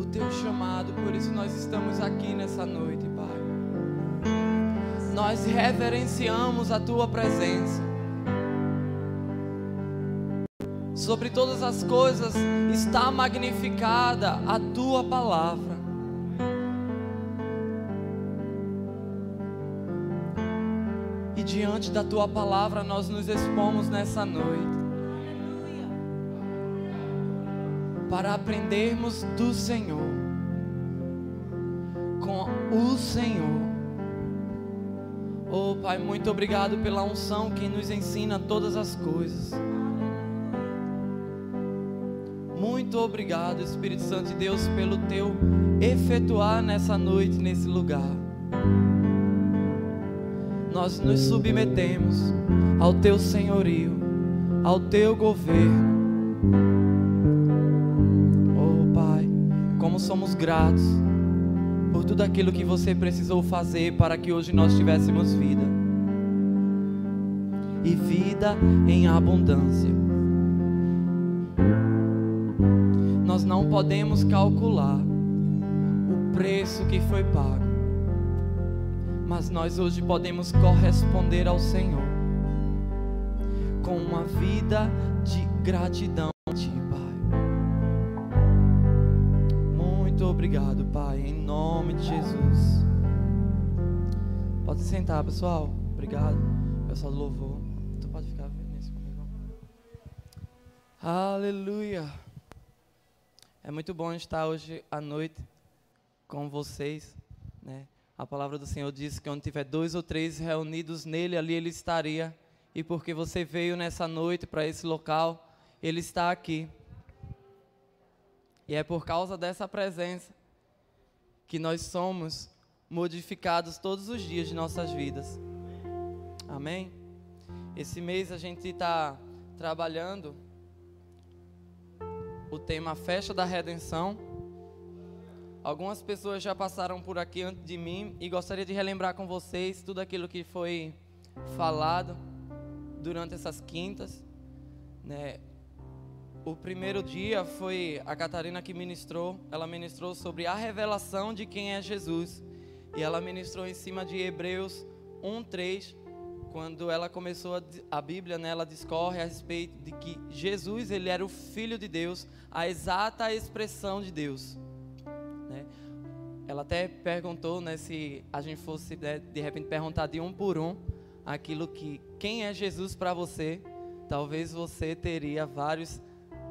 o teu chamado. Por isso nós estamos aqui nessa noite, Pai. Nós reverenciamos a tua presença. Sobre todas as coisas está magnificada a tua palavra. E diante da tua palavra nós nos expomos nessa noite. Para aprendermos do Senhor, com o Senhor. Oh Pai, muito obrigado pela unção que nos ensina todas as coisas. Muito obrigado, Espírito Santo de Deus, pelo teu efetuar nessa noite, nesse lugar. Nós nos submetemos ao teu senhorio, ao teu governo. Como somos gratos por tudo aquilo que você precisou fazer para que hoje nós tivéssemos vida, e vida em abundância. Nós não podemos calcular o preço que foi pago, mas nós hoje podemos corresponder ao Senhor com uma vida de gratidão a Ti, Pai. Muito obrigado, Pai, em nome de Jesus. Pode se sentar, pessoal. Obrigado, pessoal do louvor. Tu pode ficar nisso comigo. Aleluia. É muito bom estar hoje à noite com vocês, né? A palavra do Senhor diz que onde tiver 2 ou 3 reunidos nele, ali ele estaria. E porque você veio nessa noite para esse local, ele está aqui. E é por causa dessa presença que nós somos modificados todos os dias de nossas vidas. Amém? Esse mês a gente está trabalhando o tema Festa da Redenção. Algumas pessoas já passaram por aqui antes de mim e gostaria de relembrar com vocês tudo aquilo que foi falado durante essas quintas, né? O primeiro dia foi a Catarina que ministrou. Ela ministrou sobre a revelação de quem é Jesus. E ela ministrou em cima de Hebreus 1:3. Quando ela começou a Bíblia, né, ela discorre a respeito de que Jesus, ele era o Filho de Deus, a exata expressão de Deus, né? Ela até perguntou, né, se a gente fosse, né, de repente perguntar de um por um aquilo que, quem é Jesus para você, talvez você teria várias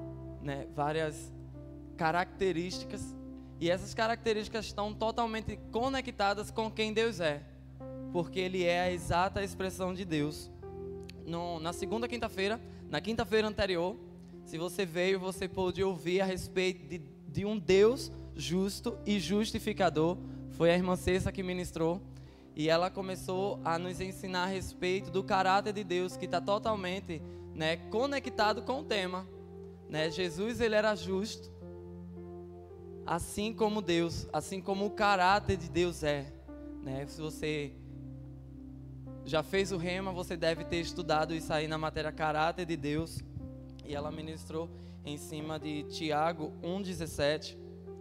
características, e essas características estão totalmente conectadas com quem Deus é, porque Ele é a exata expressão de Deus. Na segunda quinta-feira, na quinta-feira anterior, se você veio, você pôde ouvir a respeito de um Deus justo e justificador. Foi a irmã Cessa que ministrou, e ela começou a nos ensinar a respeito do caráter de Deus, que está totalmente, né, conectado com o tema. Né? Jesus, ele era justo, assim como Deus, assim como o caráter de Deus é, né? Se você já fez o rema, você deve ter estudado isso aí na matéria caráter de Deus. E ela ministrou em cima de Tiago 1,17,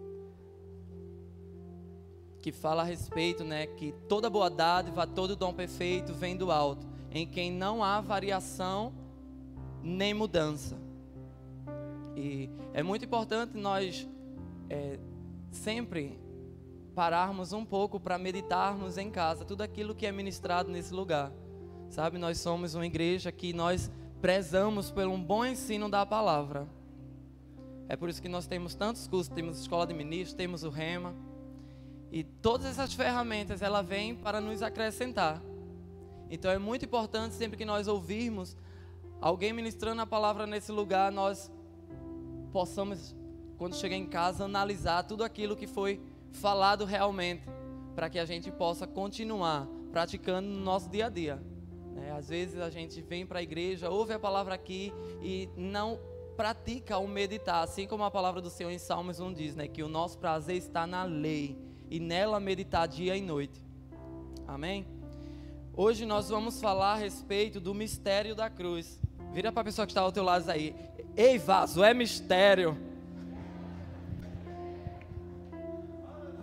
que fala a respeito, né, que toda boa dádiva, todo dom perfeito vem do alto, em quem não há variação nem mudança. E é muito importante nós sempre pararmos um pouco para meditarmos em casa tudo aquilo que é ministrado nesse lugar. Sabe, nós somos uma igreja que nós prezamos por um bom ensino da palavra. É por isso que nós temos tantos cursos, temos escola de ministros, temos o rema. E todas essas ferramentas, ela vem para nos acrescentar. Então é muito importante sempre que nós ouvirmos alguém ministrando a palavra nesse lugar, nós possamos, quando chegar em casa, analisar tudo aquilo que foi falado realmente, para que a gente possa continuar praticando no nosso dia a dia. Às vezes a gente vem para a igreja, ouve a palavra aqui e não pratica o meditar, assim como a palavra do Senhor em Salmos 1 diz, né, que o nosso prazer está na lei e nela meditar dia e noite. Amém? Hoje nós vamos falar a respeito do mistério da cruz. Vira para a pessoa que está ao teu lado aí: ei, vaso, é mistério.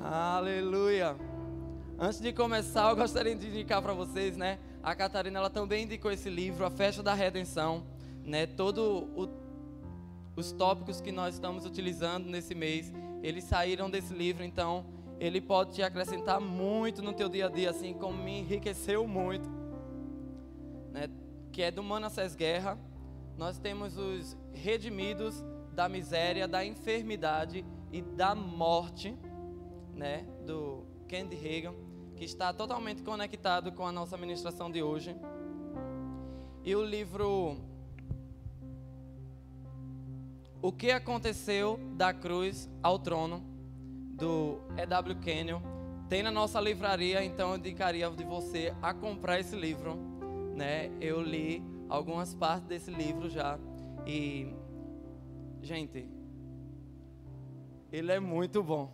Aleluia. Antes de começar, eu gostaria de indicar para vocês, né? A Catarina, ela também indicou esse livro, A Festa da Redenção, né? Os tópicos que nós estamos utilizando nesse mês, eles saíram desse livro, então ele pode te acrescentar muito no teu dia a dia, assim como me enriqueceu muito, né? Que é do Manassés Guerra. Nós temos os redimidos da miséria, da enfermidade e da morte, né? Do Kenneth Hagin, que está totalmente conectado com a nossa ministração de hoje. E o livro O que aconteceu da cruz ao trono, do E.W. Kenyon, tem na nossa livraria, então eu indicaria de você a comprar esse livro, né? Eu li algumas partes desse livro já e, gente, ele é muito bom.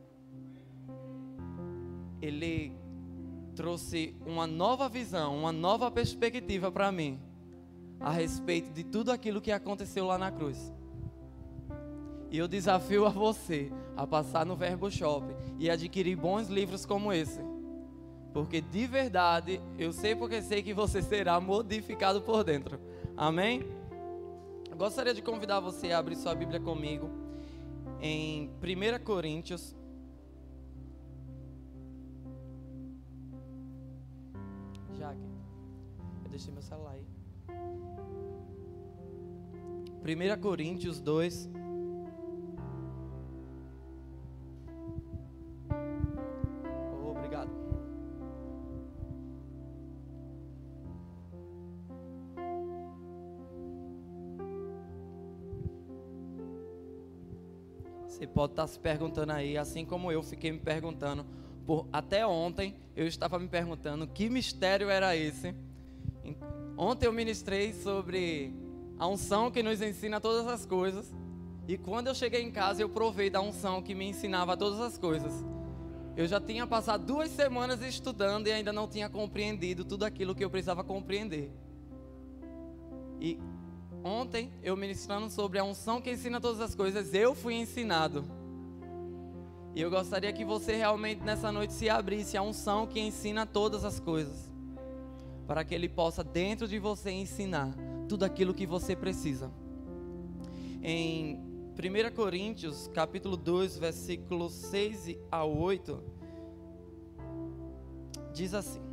Ele trouxe uma nova visão, uma nova perspectiva para mim a respeito de tudo aquilo que aconteceu lá na cruz. E eu desafio a você a passar no Verbo Shop e adquirir bons livros como esse, porque de verdade, eu sei porque sei que você será modificado por dentro. Amém? Eu gostaria de convidar você a abrir sua Bíblia comigo em 1 Coríntios. Jaque, eu deixei meu celular aí. 1 Coríntios 2. Obrigado. Você pode estar se perguntando aí, assim como eu fiquei me perguntando. Até ontem eu estava me perguntando que mistério era esse. Ontem eu ministrei sobre a unção que nos ensina todas as coisas. E quando eu cheguei em casa eu provei da unção que me ensinava todas as coisas. Eu já tinha passado 2 semanas estudando e ainda não tinha compreendido tudo aquilo que eu precisava compreender. E ontem eu ministrando sobre a unção que ensina todas as coisas, eu fui ensinado. E eu gostaria que você realmente nessa noite se abrisse à unção que ensina todas as coisas, para que Ele possa dentro de você ensinar tudo aquilo que você precisa. Em 1 Coríntios, capítulo 2, versículos 6 a 8, diz assim: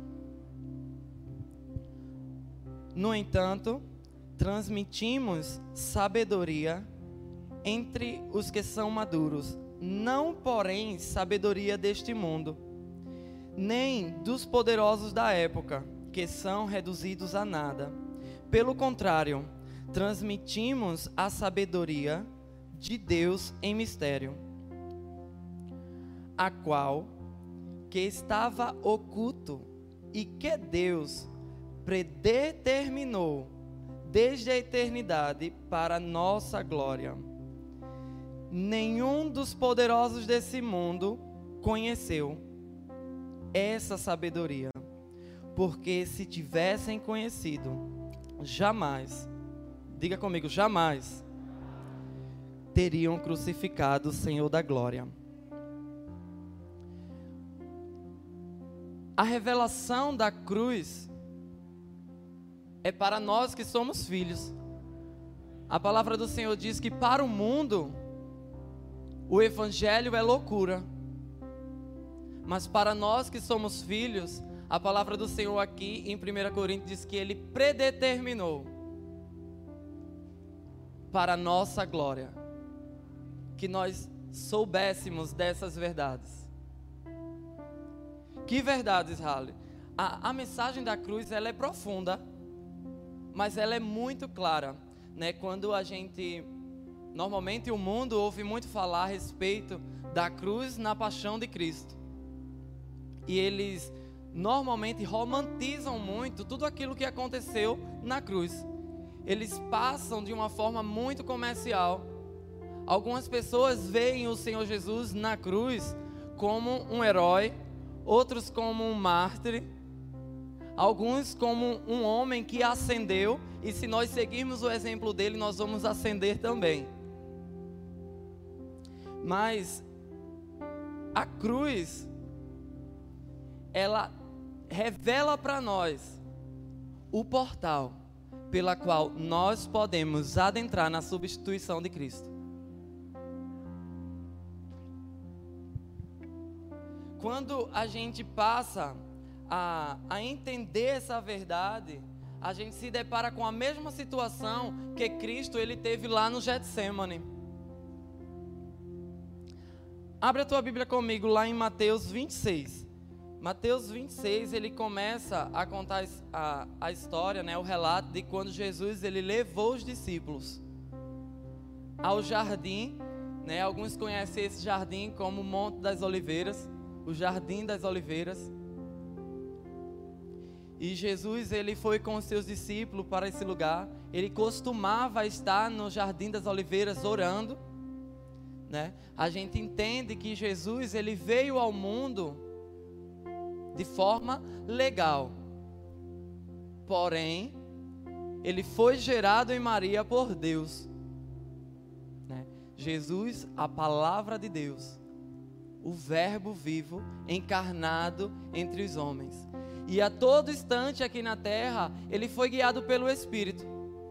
No entanto, transmitimos sabedoria entre os que são maduros, não, porém, sabedoria deste mundo, nem dos poderosos da época, que são reduzidos a nada. Pelo contrário, transmitimos a sabedoria de Deus em mistério, a qual que estava oculto e que Deus predeterminou desde a eternidade para nossa glória. Nenhum dos poderosos desse mundo conheceu essa sabedoria, porque se tivessem conhecido, jamais, diga comigo, jamais teriam crucificado o Senhor da glória. A revelação da cruz é para nós que somos filhos. A palavra do Senhor diz que para o mundo o evangelho é loucura, mas para nós que somos filhos, a palavra do Senhor aqui em 1 Coríntios diz que Ele predeterminou para a nossa glória, que nós soubéssemos dessas verdades. Que verdades, Halle? A mensagem da cruz, ela é profunda, mas ela é muito clara, né? Quando a gente, normalmente o mundo ouve muito falar a respeito da cruz na paixão de Cristo, e eles normalmente romantizam muito tudo aquilo que aconteceu na cruz. Eles passam de uma forma muito comercial. Algumas pessoas veem o Senhor Jesus na cruz como um herói, outros como um mártir, alguns como um homem que ascendeu, e se nós seguirmos o exemplo dele, nós vamos ascender também. Mas A cruz, ela revela para nós o portal pela qual nós podemos adentrar na substituição de Cristo. Quando a gente passa a entender essa verdade, a gente se depara com a mesma situação que Cristo ele teve lá no Getsêmani. Abre a tua Bíblia comigo lá em Mateus 26. Mateus 26, ele começa a contar a história, né, o relato de quando Jesus ele levou os discípulos ao jardim, né? Alguns conhecem esse jardim como o Monte das Oliveiras, o Jardim das Oliveiras. E Jesus ele foi com os seus discípulos para esse lugar. Ele costumava estar no Jardim das Oliveiras orando, né? A gente entende que Jesus ele veio ao mundo de forma legal, porém ele foi gerado em Maria por Deus, né? Jesus, a palavra de Deus, o verbo vivo encarnado entre os homens, e a todo instante aqui na terra ele foi guiado pelo Espírito.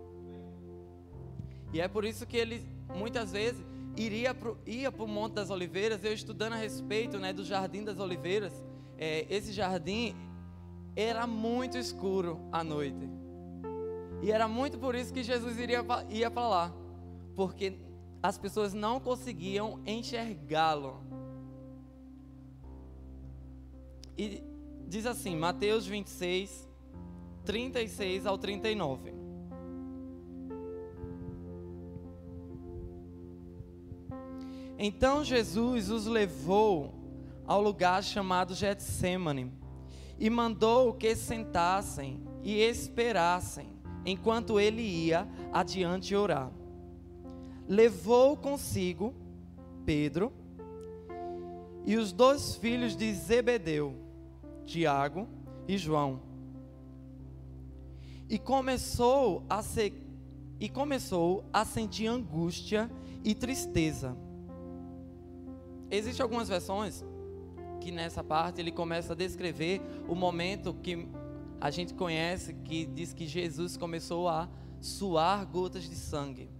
E é por isso que ele muitas vezes ia para o Monte das Oliveiras. Eu estudando a respeito, né, do Jardim das Oliveiras, esse jardim era muito escuro à noite, e era muito por isso que Jesus ia para lá, porque as pessoas não conseguiam enxergá-lo. E diz assim, Mateus 26, 36 ao 39. Então Jesus os levou ao lugar chamado Getsêmani e mandou que sentassem e esperassem enquanto ele ia adiante orar. Levou consigo Pedro e os 2 filhos de Zebedeu, Tiago e João, e começou a sentir angústia e tristeza. Existem algumas versões que nessa parte ele começa a descrever o momento que a gente conhece, que diz que Jesus começou a suar gotas de sangue.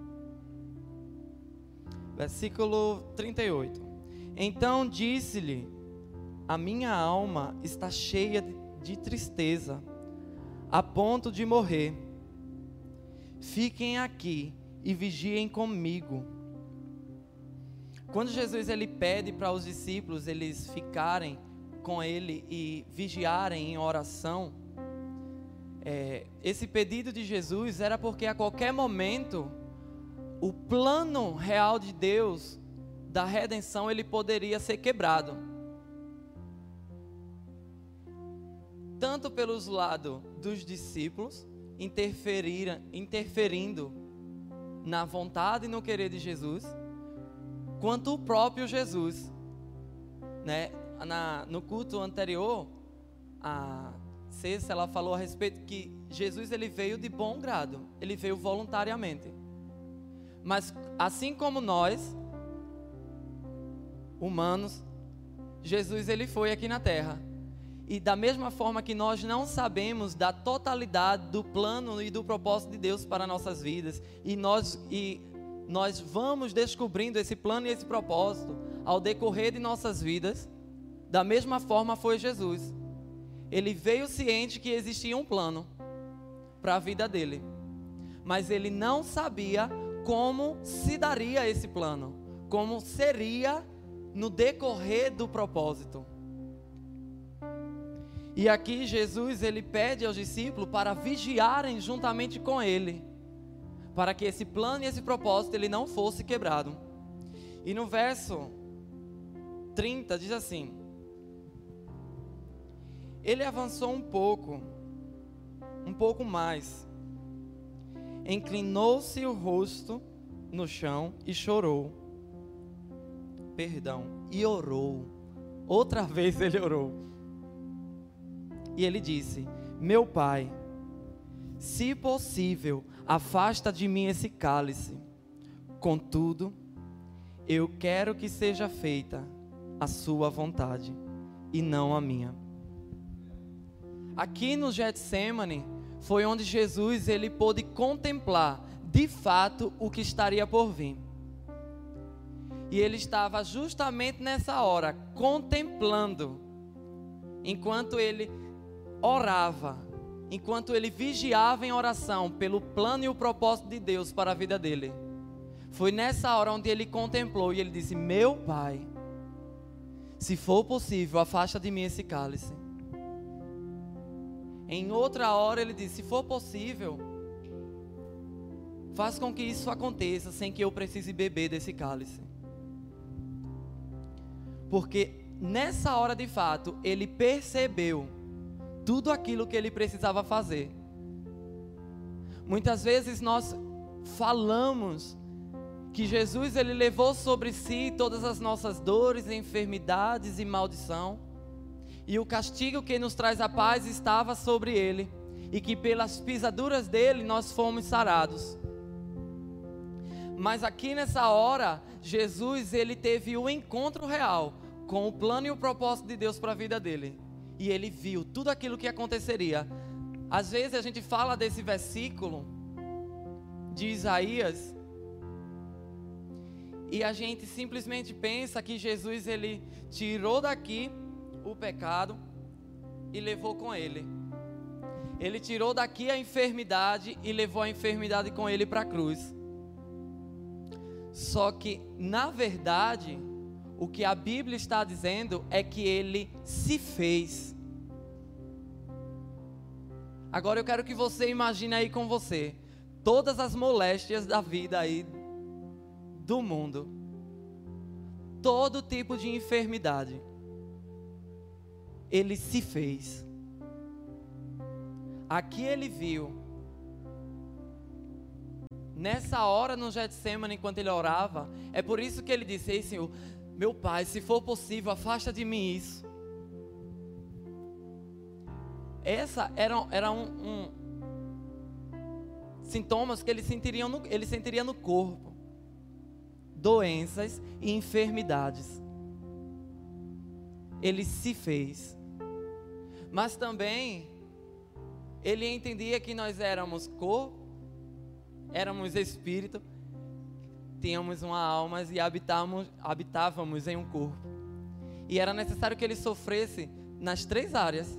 Versículo 38. Então disse-lhe: a minha alma está cheia de tristeza, a ponto de morrer. Fiquem aqui e vigiem comigo. Quando Jesus ele pede para os discípulos eles ficarem com ele e vigiarem em oração, esse pedido de Jesus era porque a qualquer momento o plano real de Deus da redenção ele poderia ser quebrado, tanto pelos lados dos discípulos interferindo na vontade e no querer de Jesus, quanto o próprio Jesus, né? No culto anterior, a Cessa, ela falou a respeito que Jesus ele veio de bom grado, ele veio voluntariamente. Mas assim como nós, humanos, Jesus ele foi aqui na terra. E da mesma forma que nós não sabemos da totalidade do plano e do propósito de Deus para nossas vidas, e nós vamos descobrindo esse plano e esse propósito ao decorrer de nossas vidas, da mesma forma foi Jesus. Ele veio ciente que existia um plano para a vida dele, mas ele não sabia como se daria esse plano, como seria no decorrer do propósito. E aqui Jesus ele pede aos discípulos para vigiarem juntamente com ele, para que esse plano e esse propósito ele não fosse quebrado. E no verso 30 diz assim: ele avançou um pouco mais, inclinou-se o rosto no chão e e orou. Outra vez ele orou. E ele disse: meu Pai, se possível, afasta de mim esse cálice. Contudo, eu quero que seja feita a sua vontade e não a minha. Aqui no Getsêmani foi onde Jesus ele pôde contemplar de fato o que estaria por vir. E ele estava justamente nessa hora contemplando, enquanto ele orava, enquanto ele vigiava em oração pelo plano e o propósito de Deus para a vida dele. Foi nessa hora onde ele contemplou e ele disse: meu Pai, se for possível, afasta de mim esse cálice. Em outra hora ele disse: se for possível, faz com que isso aconteça sem que eu precise beber desse cálice. Porque nessa hora de fato, ele percebeu tudo aquilo que ele precisava fazer. Muitas vezes nós falamos que Jesus ele levou sobre si todas as nossas dores, enfermidades e maldição, e o castigo que nos traz a paz estava sobre ele, e que pelas pisaduras dele nós fomos sarados. Mas aqui nessa hora, Jesus ele teve um encontro real com o plano e o propósito de Deus para a vida dele. E ele viu tudo aquilo que aconteceria. Às vezes a gente fala desse versículo de Isaías e a gente simplesmente pensa que Jesus ele tirou daqui o pecado e levou com ele. Ele tirou daqui a enfermidade e levou a enfermidade com ele para a cruz. Só que, na verdade, o que a Bíblia está dizendo é que ele se fez. Agora eu quero que você imagine aí com você todas as moléstias da vida aí do mundo, todo tipo de enfermidade. Ele se fez. Aqui ele viu. Nessa hora no Getsêmani, enquanto ele orava, é por isso que ele disse: ei Senhor, meu Pai, se for possível, afasta de mim isso. Essa era sintomas que ele sentiria no corpo. Doenças e enfermidades. Ele se fez. Mas também, ele entendia que nós éramos corpo, éramos espírito, tínhamos uma alma e habitávamos em um corpo. E era necessário que ele sofresse nas 3 áreas.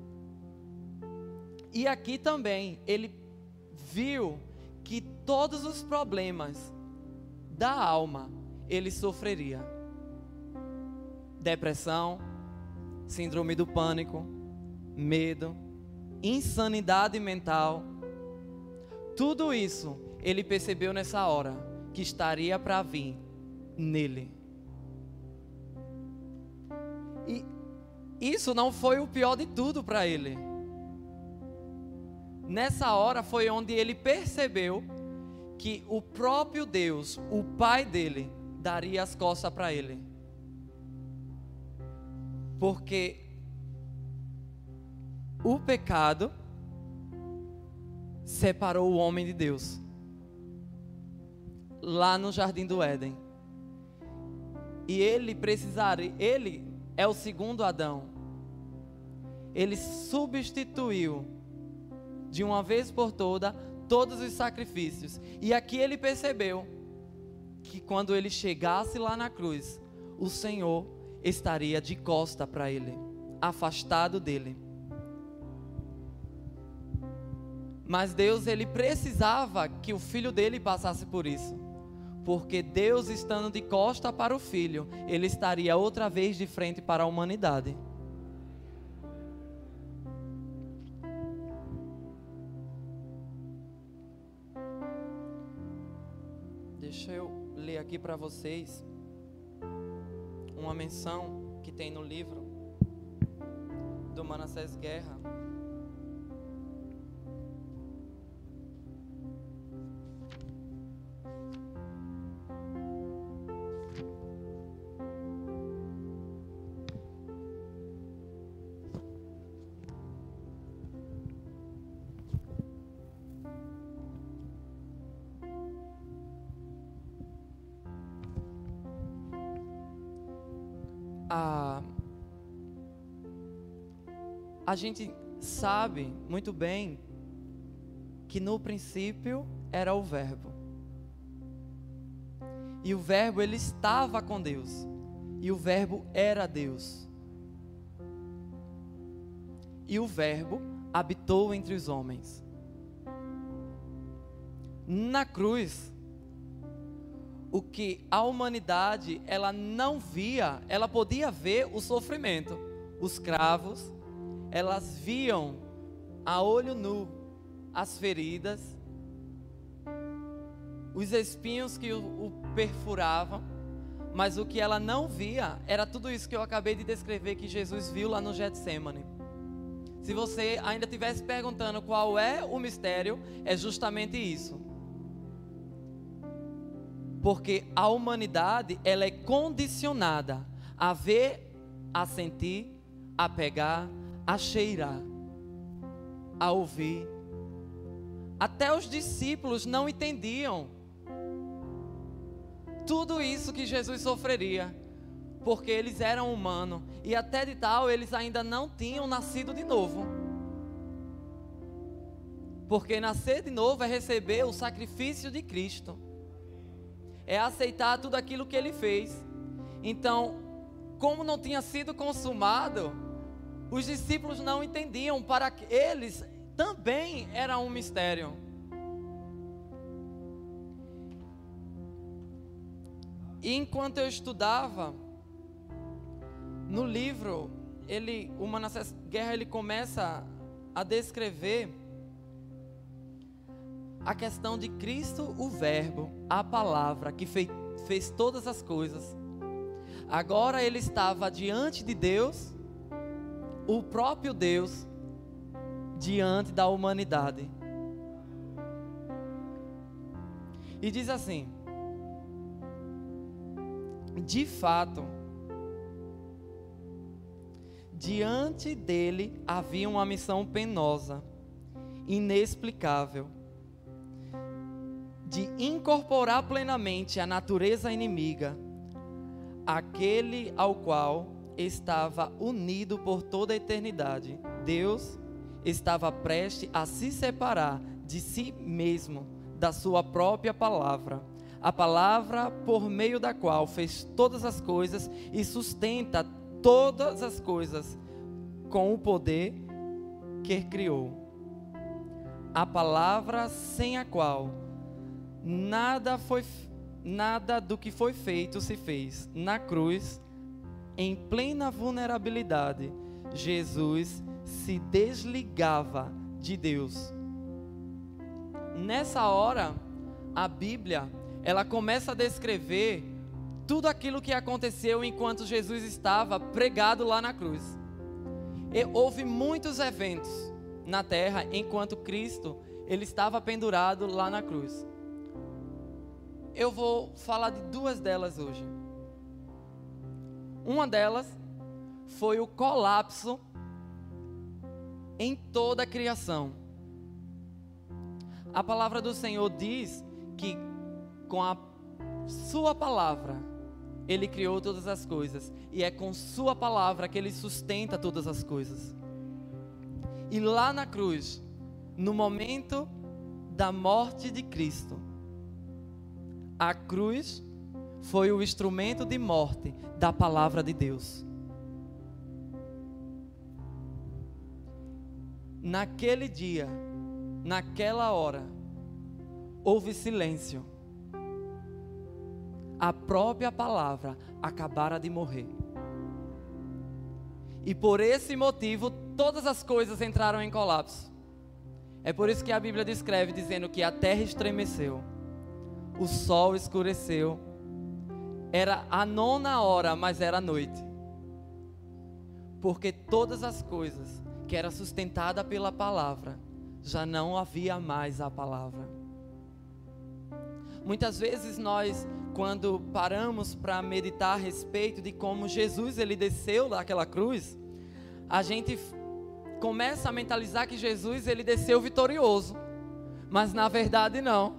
E aqui também, ele viu que todos os problemas da alma, ele sofreria. Depressão, síndrome do pânico, medo, insanidade mental. Tudo isso, ele percebeu nessa hora que estaria para vir nele. E isso não foi o pior de tudo para ele. Nessa hora foi onde ele percebeu que o próprio Deus, o Pai dele, daria as costas para ele. Porque o pecado separou o homem de Deus. Lá no Jardim do Éden. E ele é o segundo Adão. Ele substituiu de uma vez por todos os sacrifícios. E aqui ele percebeu que quando ele chegasse lá na cruz, o Senhor estaria de costa para ele, afastado dele. Mas Deus, ele precisava que o filho dele passasse por isso. Porque Deus, estando de costa para o filho, ele estaria outra vez de frente para a humanidade. Deixa eu ler aqui para vocês uma menção que tem no livro do Manassés Guerra. a gente sabe muito bem que no princípio era o Verbo. E o Verbo, ele estava com Deus. E o Verbo era Deus. E o Verbo habitou entre os homens. Na cruz, o que a humanidade, ela não via, ela podia ver o sofrimento. Os cravos, elas viam a olho nu as feridas, os espinhos que o perfuravam, mas o que ela não via era tudo isso que eu acabei de descrever que Jesus viu lá no Getsêmani. Se você ainda estivesse perguntando qual é o mistério, é justamente isso. Porque a humanidade, ela é condicionada a ver, a sentir, a pegar, a cheirar, a ouvir. Até os discípulos não entendiam tudo isso que Jesus sofreria, porque eles eram humanos, e até de tal eles ainda não tinham nascido de novo. Porque nascer de novo é receber o sacrifício de Cristo, é aceitar tudo aquilo que Ele fez. Então, como não tinha sido consumado, os discípulos não entendiam, para eles também era um mistério. E enquanto eu estudava, no livro, o Manassés Guerra, ele começa a descrever a questão de Cristo, o Verbo, a palavra que fez todas as coisas. Agora ele estava diante de Deus, o próprio Deus, diante da humanidade. E diz assim: de fato, diante dele havia uma missão penosa, inexplicável, de incorporar plenamente a natureza inimiga, aquele ao qual estava unido por toda a eternidade. Deus estava prestes a se separar de si mesmo, da sua própria palavra, a palavra por meio da qual fez todas as coisas e sustenta todas as coisas com o poder que criou. A palavra sem a qual nada do que foi feito se fez. Na cruz, em plena vulnerabilidade, Jesus se desligava de Deus. Nessa hora, a Bíblia, ela começa a descrever tudo aquilo que aconteceu enquanto Jesus estava pregado lá na cruz. E houve muitos eventos na terra enquanto Cristo, ele estava pendurado lá na cruz. Eu vou falar de duas delas hoje. Uma delas foi o colapso em toda a criação. A palavra do Senhor diz que com a sua palavra Ele criou todas as coisas, e é com sua palavra que Ele sustenta todas as coisas. E lá na cruz, no momento da morte de Cristo, a cruz foi o instrumento de morte da palavra de Deus. Naquele dia, naquela hora, houve silêncio. A própria palavra acabara de morrer. E por esse motivo, todas as coisas entraram em colapso. É por isso que a Bíblia descreve dizendo que a terra estremeceu, o sol escureceu. Era a 9ª hora, mas era noite. Porque todas as coisas que eram sustentadas pela palavra, já não havia mais a palavra. Muitas vezes nós, quando paramos para meditar a respeito de como Jesus ele desceu daquela cruz, a gente começa a mentalizar que Jesus ele desceu vitorioso, mas na verdade não.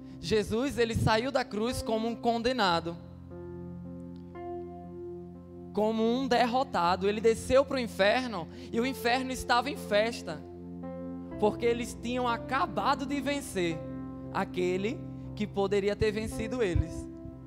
Jesus ele saiu da cruz como um condenado. como um derrotado. Ele desceu para o inferno e o inferno estava em festa, porque eles tinham acabado de vencer aquele que poderia ter vencido eles.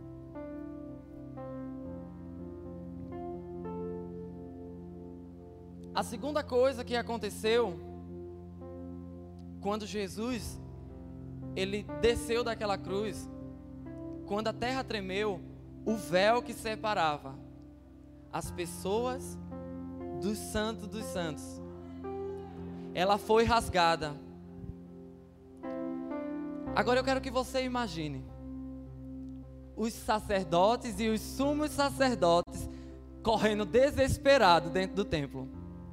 A segunda coisa que aconteceu quando Jesus ele desceu daquela cruz, quando a terra tremeu, o véu que separava as pessoas dos santos dos santos, ela foi rasgada. Agora eu quero que você imagine os sacerdotes e os sumos sacerdotes correndo desesperados dentro do templo,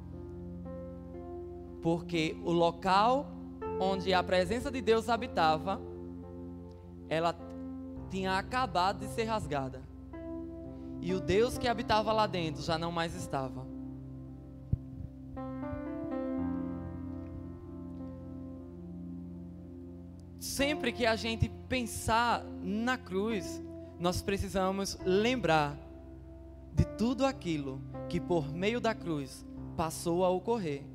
porque o local onde a presença de Deus habitava, ela tinha acabado de ser rasgada, e o Deus que habitava lá dentro já não mais estava. Sempre que a gente pensar na cruz, nós precisamos lembrar de tudo aquilo que por meio da cruz passou a ocorrer.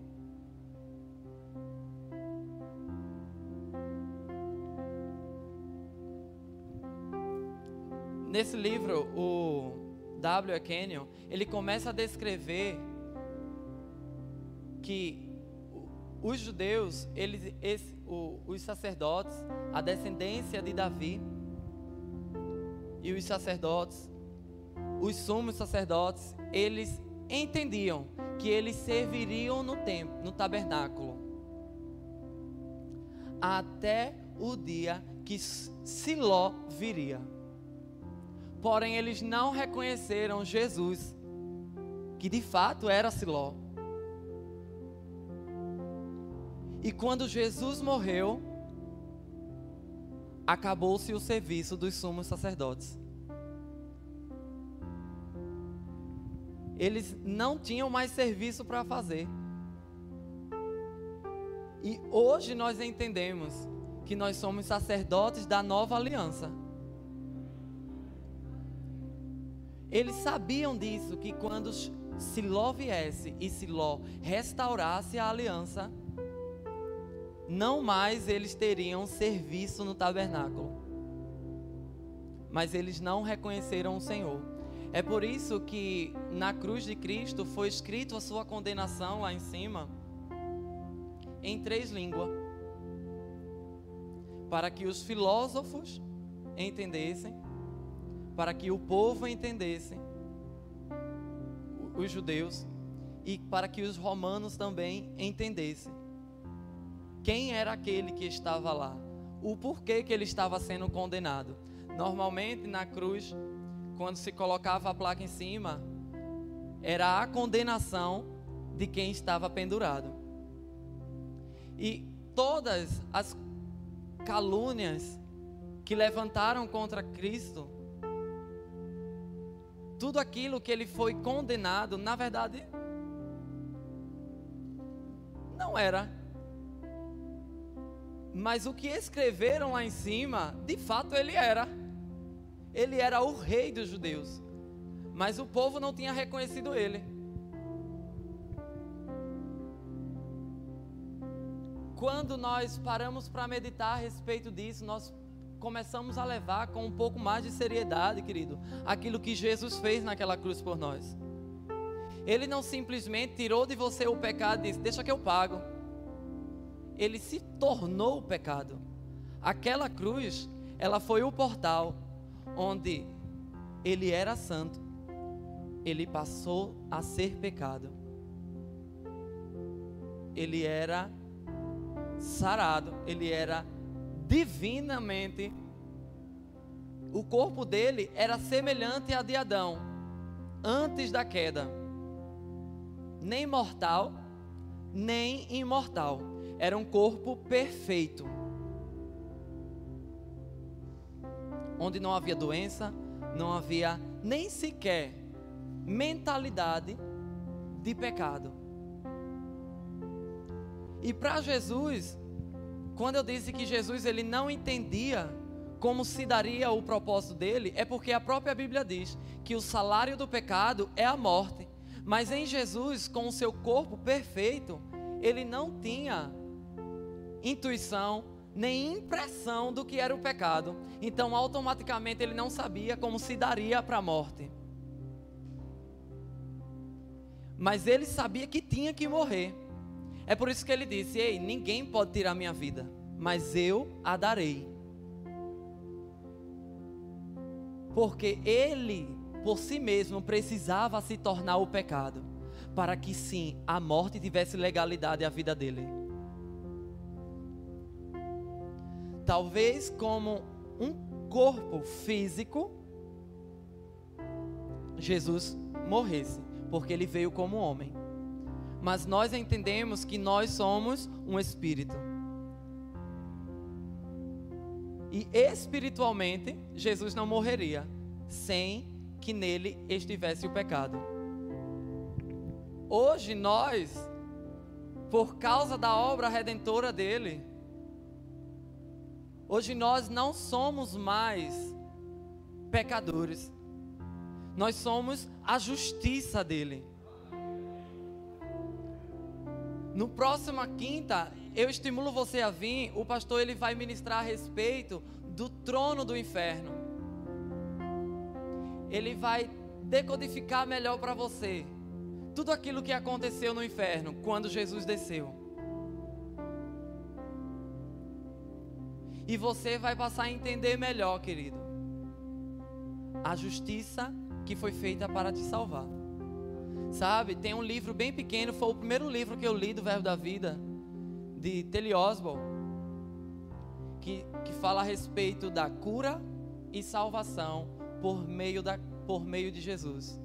Nesse livro, o W.E. Kenyon, ele começa a descrever que os judeus, os sacerdotes, a descendência de Davi, e os sacerdotes, os sumos sacerdotes, eles entendiam que eles serviriam no templo, no tabernáculo, até o dia que Siló viria. Porém, eles não reconheceram Jesus, que de fato era Siló. E quando Jesus morreu, acabou-se o serviço dos sumos sacerdotes. Eles não tinham mais serviço para fazer. E hoje nós entendemos que nós somos sacerdotes da nova aliança. Eles sabiam disso, que quando Siló viesse e Siló restaurasse a aliança, não mais eles teriam serviço no tabernáculo. Mas eles não reconheceram o Senhor. É por isso que na cruz de Cristo foi escrito a sua condenação lá em cima, em 3 línguas, para que os filósofos entendessem, para que o povo entendesse, os judeus, e para que os romanos também entendessem quem era aquele que estava lá, o porquê que ele estava sendo condenado. Normalmente na cruz, quando se colocava a placa em cima, era a condenação de quem estava pendurado. E todas as calúnias que levantaram contra Cristo, tudo aquilo que ele foi condenado, na verdade, não era. Mas o que escreveram lá em cima, de fato ele era. Ele era o rei dos judeus. Mas o povo não tinha reconhecido ele. Quando nós paramos para meditar a respeito disso, nós começamos a levar com um pouco mais de seriedade, querido, aquilo que Jesus fez naquela cruz por nós. Ele não simplesmente tirou de você o pecado e disse, deixa que eu pago. Ele se tornou o pecado. Aquela cruz, ela foi o portal onde ele era santo, ele passou a ser pecado. Ele era sarado, ele era divinamente, o corpo dele era semelhante a de Adão, antes da queda, nem mortal, nem imortal, era um corpo perfeito, onde não havia doença, não havia nem sequer mentalidade de pecado. E para Jesus, quando eu disse que Jesus ele não entendia como se daria o propósito dele, é porque a própria Bíblia diz que o salário do pecado é a morte. Mas em Jesus, com o seu corpo perfeito, ele não tinha intuição, nem impressão do que era o pecado. Então, automaticamente, ele não sabia como se daria para a morte. Mas ele sabia que tinha que morrer. É por isso que ele disse: ei, ninguém pode tirar minha vida, mas eu a darei. Porque ele, por si mesmo, precisava se tornar o pecado, para que sim, a morte tivesse legalidade à vida dele. Talvez como um corpo físico, Jesus morresse, porque ele veio como homem. Mas nós entendemos que nós somos um espírito. E espiritualmente, Jesus não morreria sem que nele estivesse o pecado. Hoje nós, por causa da obra redentora dele, hoje nós não somos mais pecadores. Nós somos a justiça dele. No próximo quinta, eu estimulo você a vir. O pastor ele vai ministrar a respeito do trono do inferno. Ele vai decodificar melhor para você tudo aquilo que aconteceu no inferno quando Jesus desceu. E você vai passar a entender melhor, querido, a justiça que foi feita para te salvar. Sabe, tem um livro bem pequeno, foi o primeiro livro que eu li do Verbo da Vida, de T.L. Osborne, que fala a respeito da cura e salvação por meio de Jesus.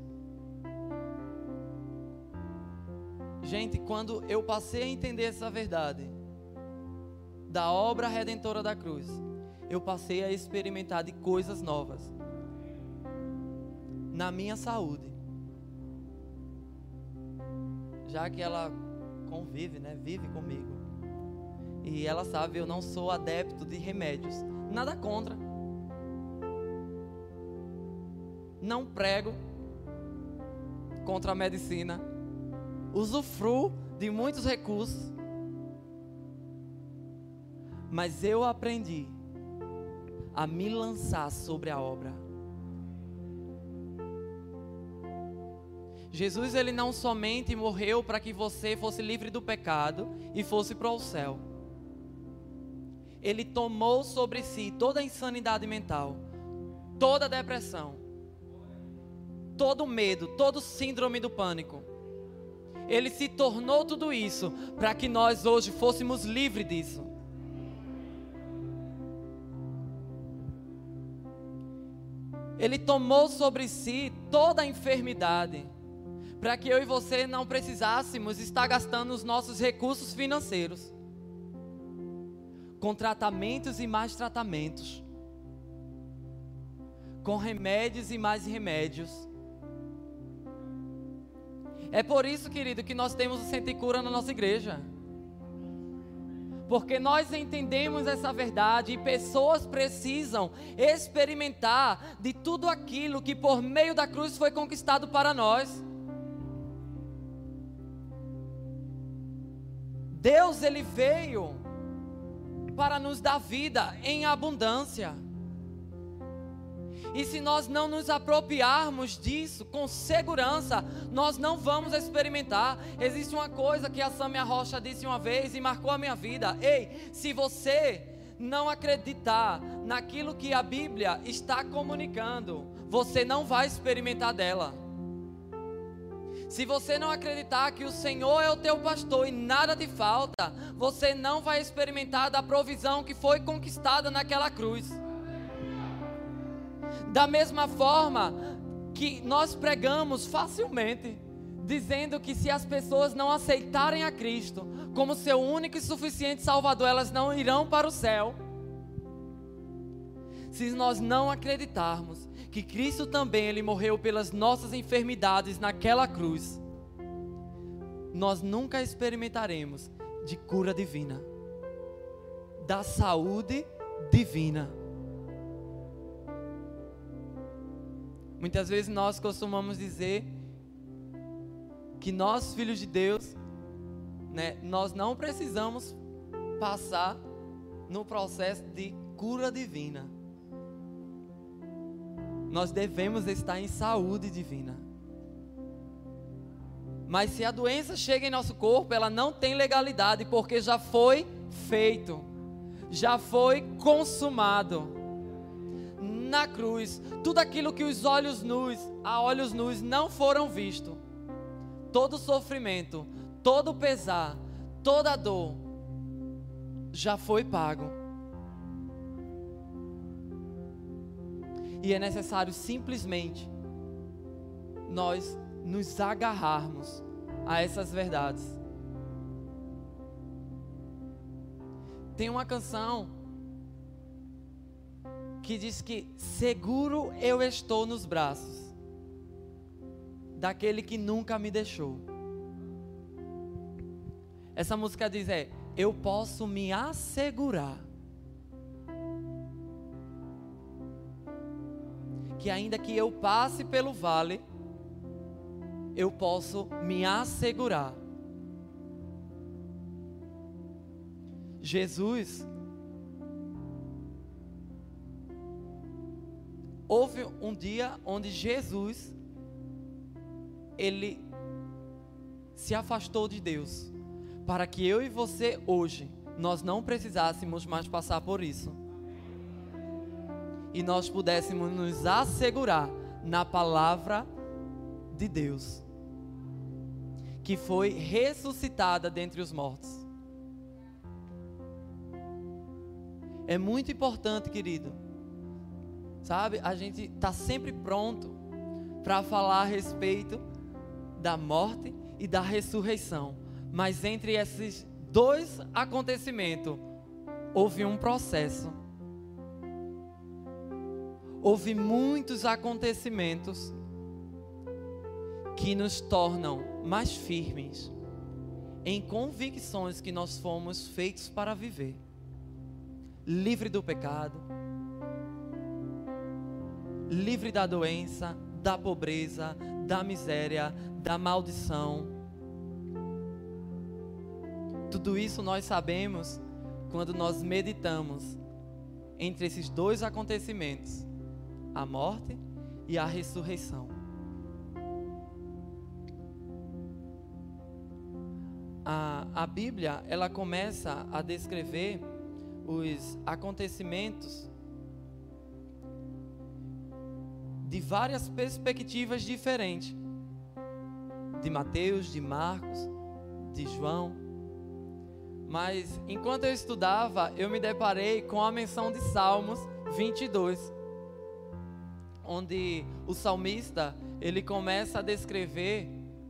Gente, quando eu passei a entender essa verdade da obra redentora da cruz, eu passei a experimentar de coisas novas na minha saúde. Já que ela convive, né? Vive comigo. E ela sabe, eu não sou adepto de remédios. Nada contra. Não prego contra a medicina. Usufruo de muitos recursos. Mas eu aprendi a me lançar sobre a obra. Jesus, ele não somente morreu para que você fosse livre do pecado e fosse para o céu. Ele tomou sobre si toda a insanidade mental, toda a depressão, todo o medo, todo o síndrome do pânico. Ele se tornou tudo isso para que nós hoje fôssemos livres disso. Ele tomou sobre si toda a enfermidade, para que eu e você não precisássemos estar gastando os nossos recursos financeiros com tratamentos e mais tratamentos, com remédios e mais remédios. É por isso, querido, que nós temos o Centro de Cura na nossa igreja, porque nós entendemos essa verdade e pessoas precisam experimentar de tudo aquilo que por meio da cruz foi conquistado para nós. Deus, ele veio para nos dar vida em abundância. E se nós não nos apropriarmos disso com segurança, nós não vamos experimentar. Existe uma coisa que a Samia Rocha disse uma vez e marcou a minha vida: ei, se você não acreditar naquilo que a Bíblia está comunicando, você não vai experimentar dela. Se você não acreditar que o Senhor é o teu pastor e nada te falta, você não vai experimentar da provisão que foi conquistada naquela cruz. Da mesma forma que nós pregamos facilmente, dizendo que se as pessoas não aceitarem a Cristo como seu único e suficiente Salvador, elas não irão para o céu. Se nós não acreditarmos que Cristo também, ele morreu pelas nossas enfermidades naquela cruz, nós nunca experimentaremos de cura divina, da saúde divina. Muitas vezes nós costumamos dizer que nós, filhos de Deus, né, nós não precisamos passar no processo de cura divina. Nós devemos estar em saúde divina. Mas se a doença chega em nosso corpo, ela não tem legalidade, porque já foi feito, já foi consumado na cruz. Tudo aquilo que os olhos nus, a olhos nus não foram vistos, todo sofrimento, todo pesar, toda dor, já foi pago. E é necessário simplesmente nós nos agarrarmos a essas verdades. Tem uma canção que diz que seguro eu estou nos braços daquele que nunca me deixou. Essa música diz eu posso me assegurar que ainda que eu passe pelo vale, eu posso me assegurar. Jesus, houve um dia onde Jesus, ele se afastou de Deus, para que eu e você hoje, nós não precisássemos mais passar por isso. E nós pudéssemos nos assegurar na palavra de Deus, que foi ressuscitada dentre os mortos. É muito importante, querido, sabe, a gente está sempre pronto para falar a respeito da morte e da ressurreição, mas entre esses dois acontecimentos houve um processo. Houve muitos acontecimentos que nos tornam mais firmes em convicções que nós fomos feitos para viver, livre do pecado, livre da doença, da pobreza, da miséria, da maldição. Tudo isso nós sabemos quando nós meditamos entre esses dois acontecimentos, a morte e a ressurreição. A Bíblia, ela começa a descrever os acontecimentos de várias perspectivas diferentes, de Mateus, de Marcos, de João. Mas enquanto eu estudava, eu me deparei com a menção de Salmos 22, onde o salmista, ele começa a descrever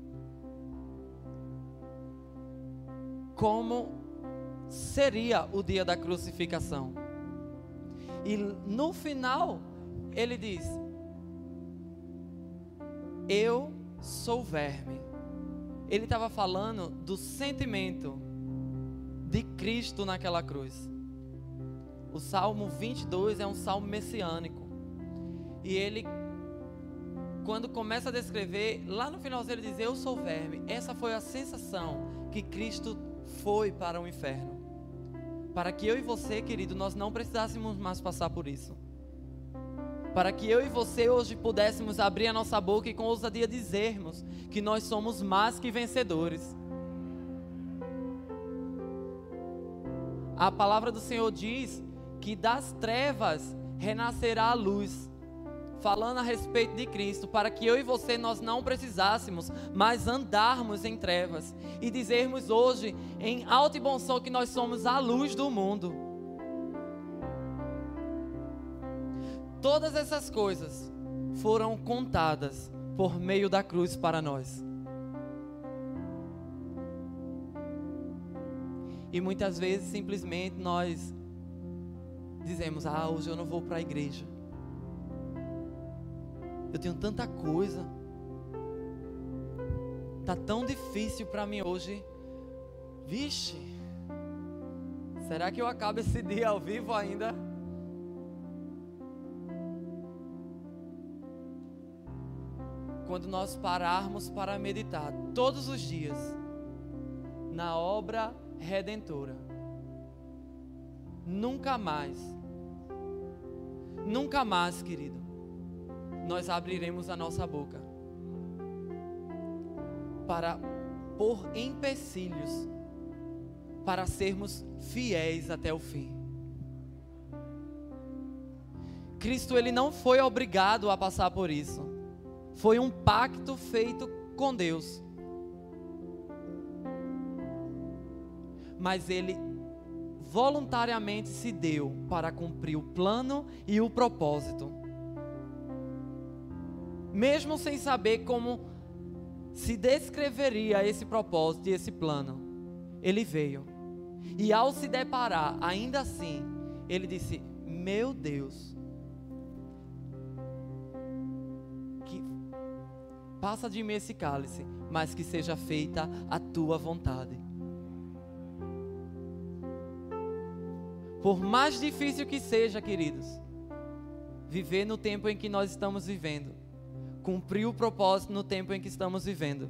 como seria o dia da crucificação. E no final, ele diz: eu sou verme. Ele estava falando do sentimento de Cristo naquela cruz. O Salmo 22 é um salmo messiânico. E ele, quando começa a descrever, lá no finalzinho ele diz: eu sou verme. Essa foi a sensação que Cristo foi para o inferno, para que eu e você, querido, nós não precisássemos mais passar por isso, para que eu e você hoje pudéssemos abrir a nossa boca e com ousadia dizermos que nós somos mais que vencedores. A palavra do Senhor diz que das trevas renascerá a luz, falando a respeito de Cristo, para que eu e você nós não precisássemos mais andarmos em trevas e dizermos hoje em alto e bom som que nós somos a luz do mundo. Todas essas coisas foram contadas por meio da cruz para nós. E muitas vezes simplesmente nós dizemos: hoje eu não vou para a igreja. Eu tenho tanta coisa. Tá tão difícil para mim hoje. Vixe, será que eu acabo esse dia ao vivo ainda? quando nós pararmos para meditar todos os dias na obra redentora, nunca mais, querido, nós abriremos a nossa boca para pôr empecilhos para sermos fiéis até o fim. Cristo, ele não foi obrigado a passar por isso. Foi um pacto feito com Deus. Mas ele voluntariamente se deu para cumprir o plano e o propósito. Mesmo sem saber como se descreveria esse propósito e esse plano, ele veio. E ao se deparar, ainda assim, ele disse: meu Deus, que passa de mim esse cálice, mas que seja feita a tua vontade. Por mais difícil que seja, queridos, viver no tempo em que nós estamos vivendo, cumprir o propósito no tempo em que estamos vivendo,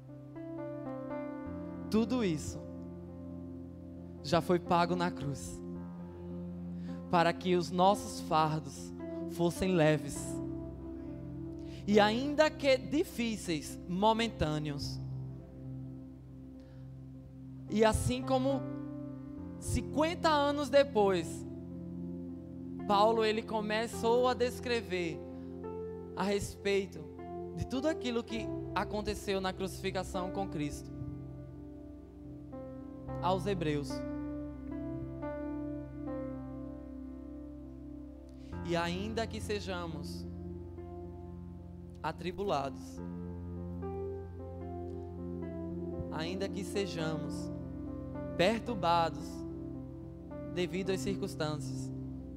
tudo isso já foi pago na cruz, para que os nossos fardos fossem leves, e ainda que difíceis, momentâneos. E assim como 50 anos depois, Paulo, ele começou a descrever a respeito de tudo aquilo que aconteceu na crucificação com Cristo aos Hebreus. E ainda que sejamos atribulados, ainda que sejamos perturbados devido às circunstâncias,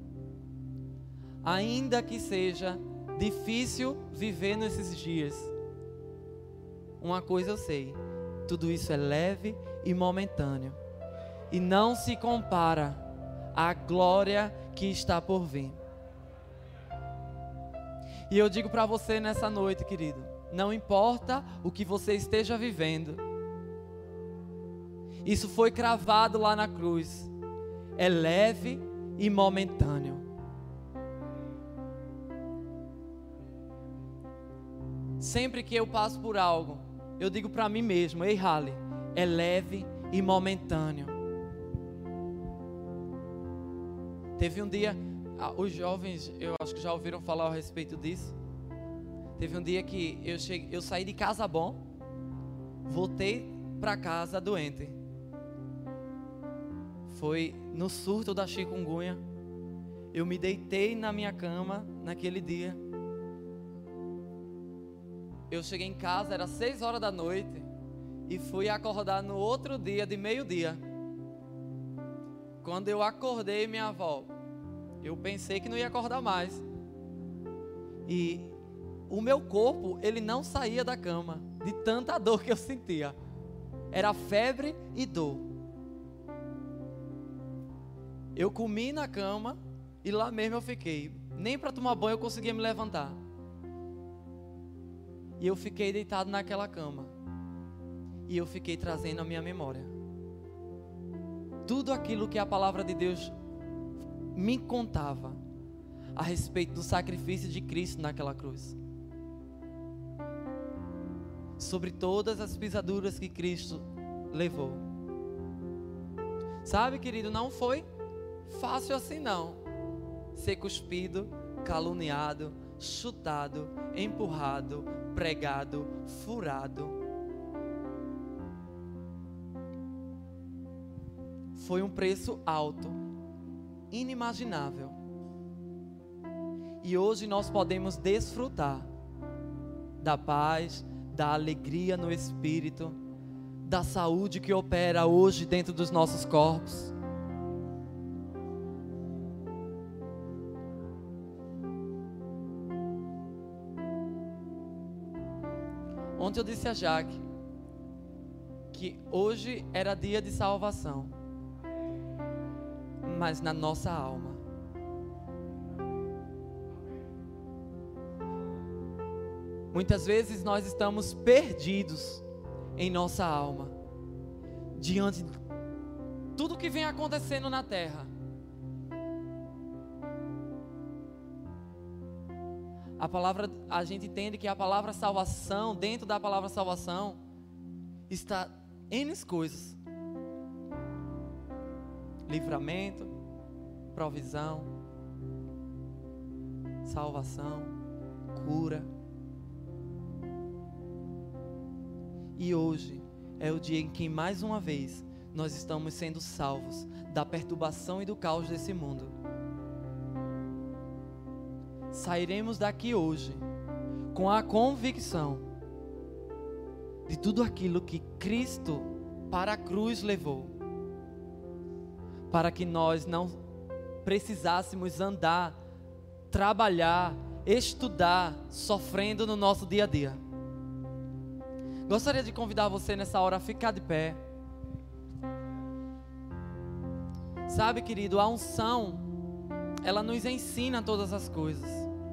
ainda que seja difícil viver nesses dias, uma coisa eu sei: tudo isso é leve e momentâneo, e não se compara à glória que está por vir. E eu digo para você nessa noite, querido, não importa o que você esteja vivendo, isso foi cravado lá na cruz, é leve e momentâneo. Sempre que eu passo por algo, eu digo para mim mesmo: ei, Halley, é leve e momentâneo. Teve um dia, os jovens, eu acho que já ouviram falar a respeito disso. Teve um dia que eu saí de casa bom, voltei para casa doente. Foi no surto da chikungunya. Eu me deitei na minha cama naquele dia. Eu cheguei em casa, era 6 horas da noite, e fui acordar no outro dia de meio-dia. Quando eu acordei, minha avó, eu pensei que não ia acordar mais. E o meu corpo, ele não saía da cama, de tanta dor que eu sentia. Era febre e dor. Eu comi na cama e lá mesmo eu fiquei. Nem para tomar banho eu conseguia me levantar. E eu fiquei deitado naquela cama. E eu fiquei trazendo à minha memória tudo aquilo que a palavra de Deus me contava a respeito do sacrifício de Cristo naquela cruz. Sobre todas as pisaduras que Cristo levou. Sabe, querido, não foi fácil assim não. Ser cuspido, caluniado, chutado, empurrado, pregado, furado. Foi um preço alto, inimaginável. E hoje nós podemos desfrutar da paz, da alegria no Espírito, da saúde que opera hoje dentro dos nossos corpos. Ontem eu disse a Jaque que hoje era dia de salvação, mas na nossa alma. Muitas vezes nós estamos perdidos em nossa alma, diante de tudo que vem acontecendo na terra. A gente entende que a palavra salvação, dentro da palavra salvação, está N coisas: livramento, provisão, salvação, cura. E hoje é o dia em que mais uma vez nós estamos sendo salvos da perturbação e do caos desse mundo. Sairemos daqui hoje com a convicção de tudo aquilo que Cristo para a cruz levou, para que nós não precisássemos andar, trabalhar, estudar, sofrendo no nosso dia a dia. Gostaria de convidar você nessa hora a ficar de pé. Sabe, querido, a unção, ela nos ensina todas as coisas.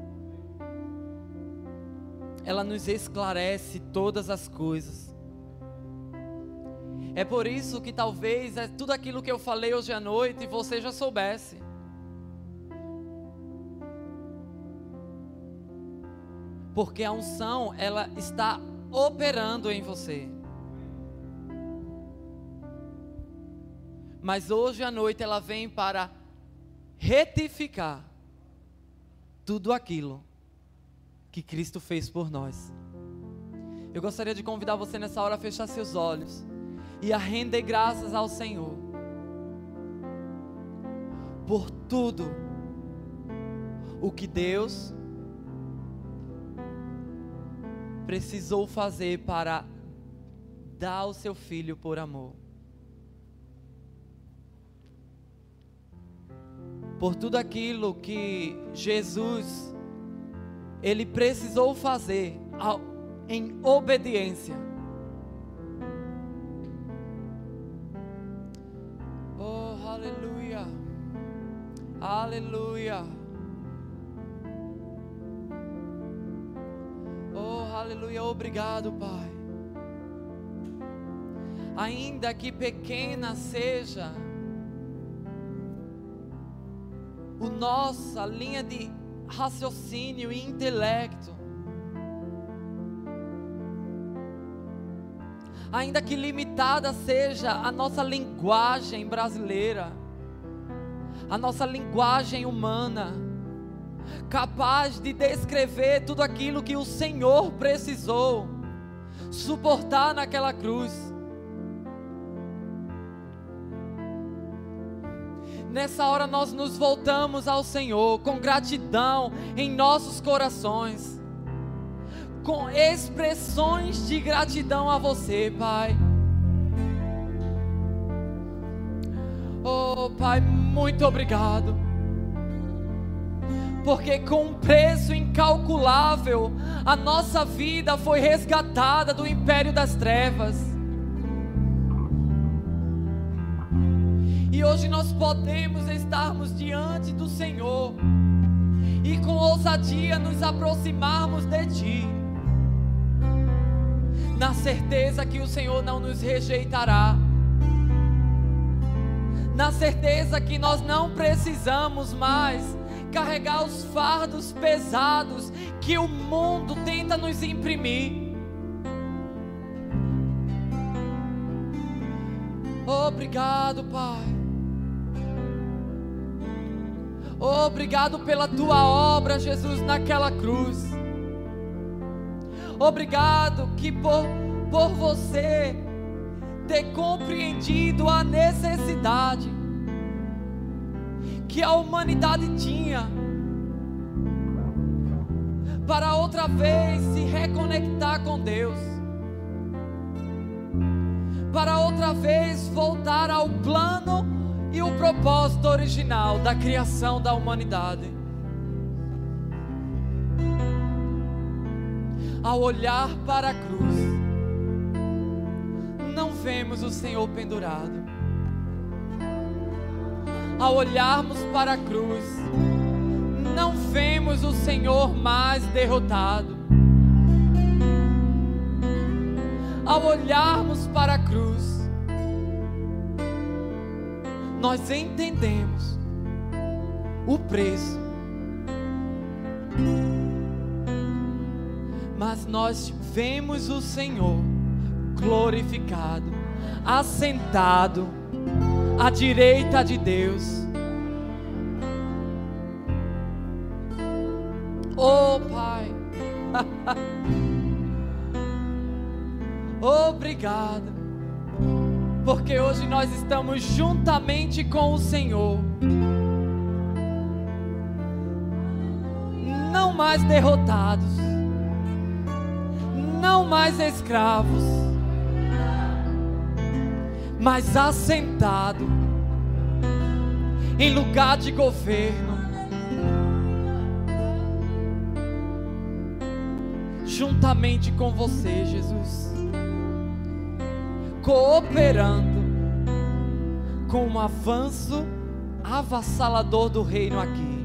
Ela nos esclarece todas as coisas. É por isso que talvez tudo aquilo que eu falei hoje à noite você já soubesse. Porque a unção, ela está operando em você. Mas hoje à noite ela vem para retificar tudo aquilo que Cristo fez por nós. Eu gostaria de convidar você nessa hora a fechar seus olhos e a render graças ao Senhor por tudo o que Deus precisou fazer para dar o seu Filho por amor. Por tudo aquilo que Jesus, Ele precisou fazer em obediência. Oh, aleluia, aleluia. Oh, aleluia, obrigado, Pai. Ainda que pequena seja nossa linha de raciocínio e intelecto, ainda que limitada seja a nossa linguagem brasileira, a nossa linguagem humana, capaz de descrever tudo aquilo que o Senhor precisou suportar naquela cruz. Nessa hora nós nos voltamos ao Senhor com gratidão em nossos corações, com expressões de gratidão a você, Pai. Oh, Pai, muito obrigado, porque com um preço incalculável a nossa vida foi resgatada do império das trevas. E hoje nós podemos estarmos diante do Senhor e com ousadia nos aproximarmos de Ti, na certeza que o Senhor não nos rejeitará, na certeza que nós não precisamos mais carregar os fardos pesados que o mundo tenta nos imprimir. Obrigado, Pai. Obrigado pela Tua obra, Jesus, naquela cruz. Obrigado que por Você ter compreendido a necessidade que a humanidade tinha para outra vez se reconectar com Deus, para outra vez voltar ao plano e o propósito original da criação da humanidade. Ao olhar para a cruz, não vemos o Senhor pendurado. Ao olharmos para a cruz, não vemos o Senhor mais derrotado. ao olharmos para a cruz, nós entendemos o preço, mas nós vemos o Senhor glorificado, assentado à direita de Deus. Oh Pai, obrigado, porque hoje nós estamos juntamente com o Senhor, não mais derrotados, não mais escravos, mas assentado em lugar de governo, juntamente com você, Jesus, cooperando com um avanço avassalador do reino aqui.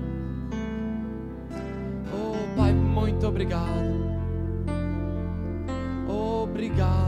Oh Pai, muito obrigado. Obrigado.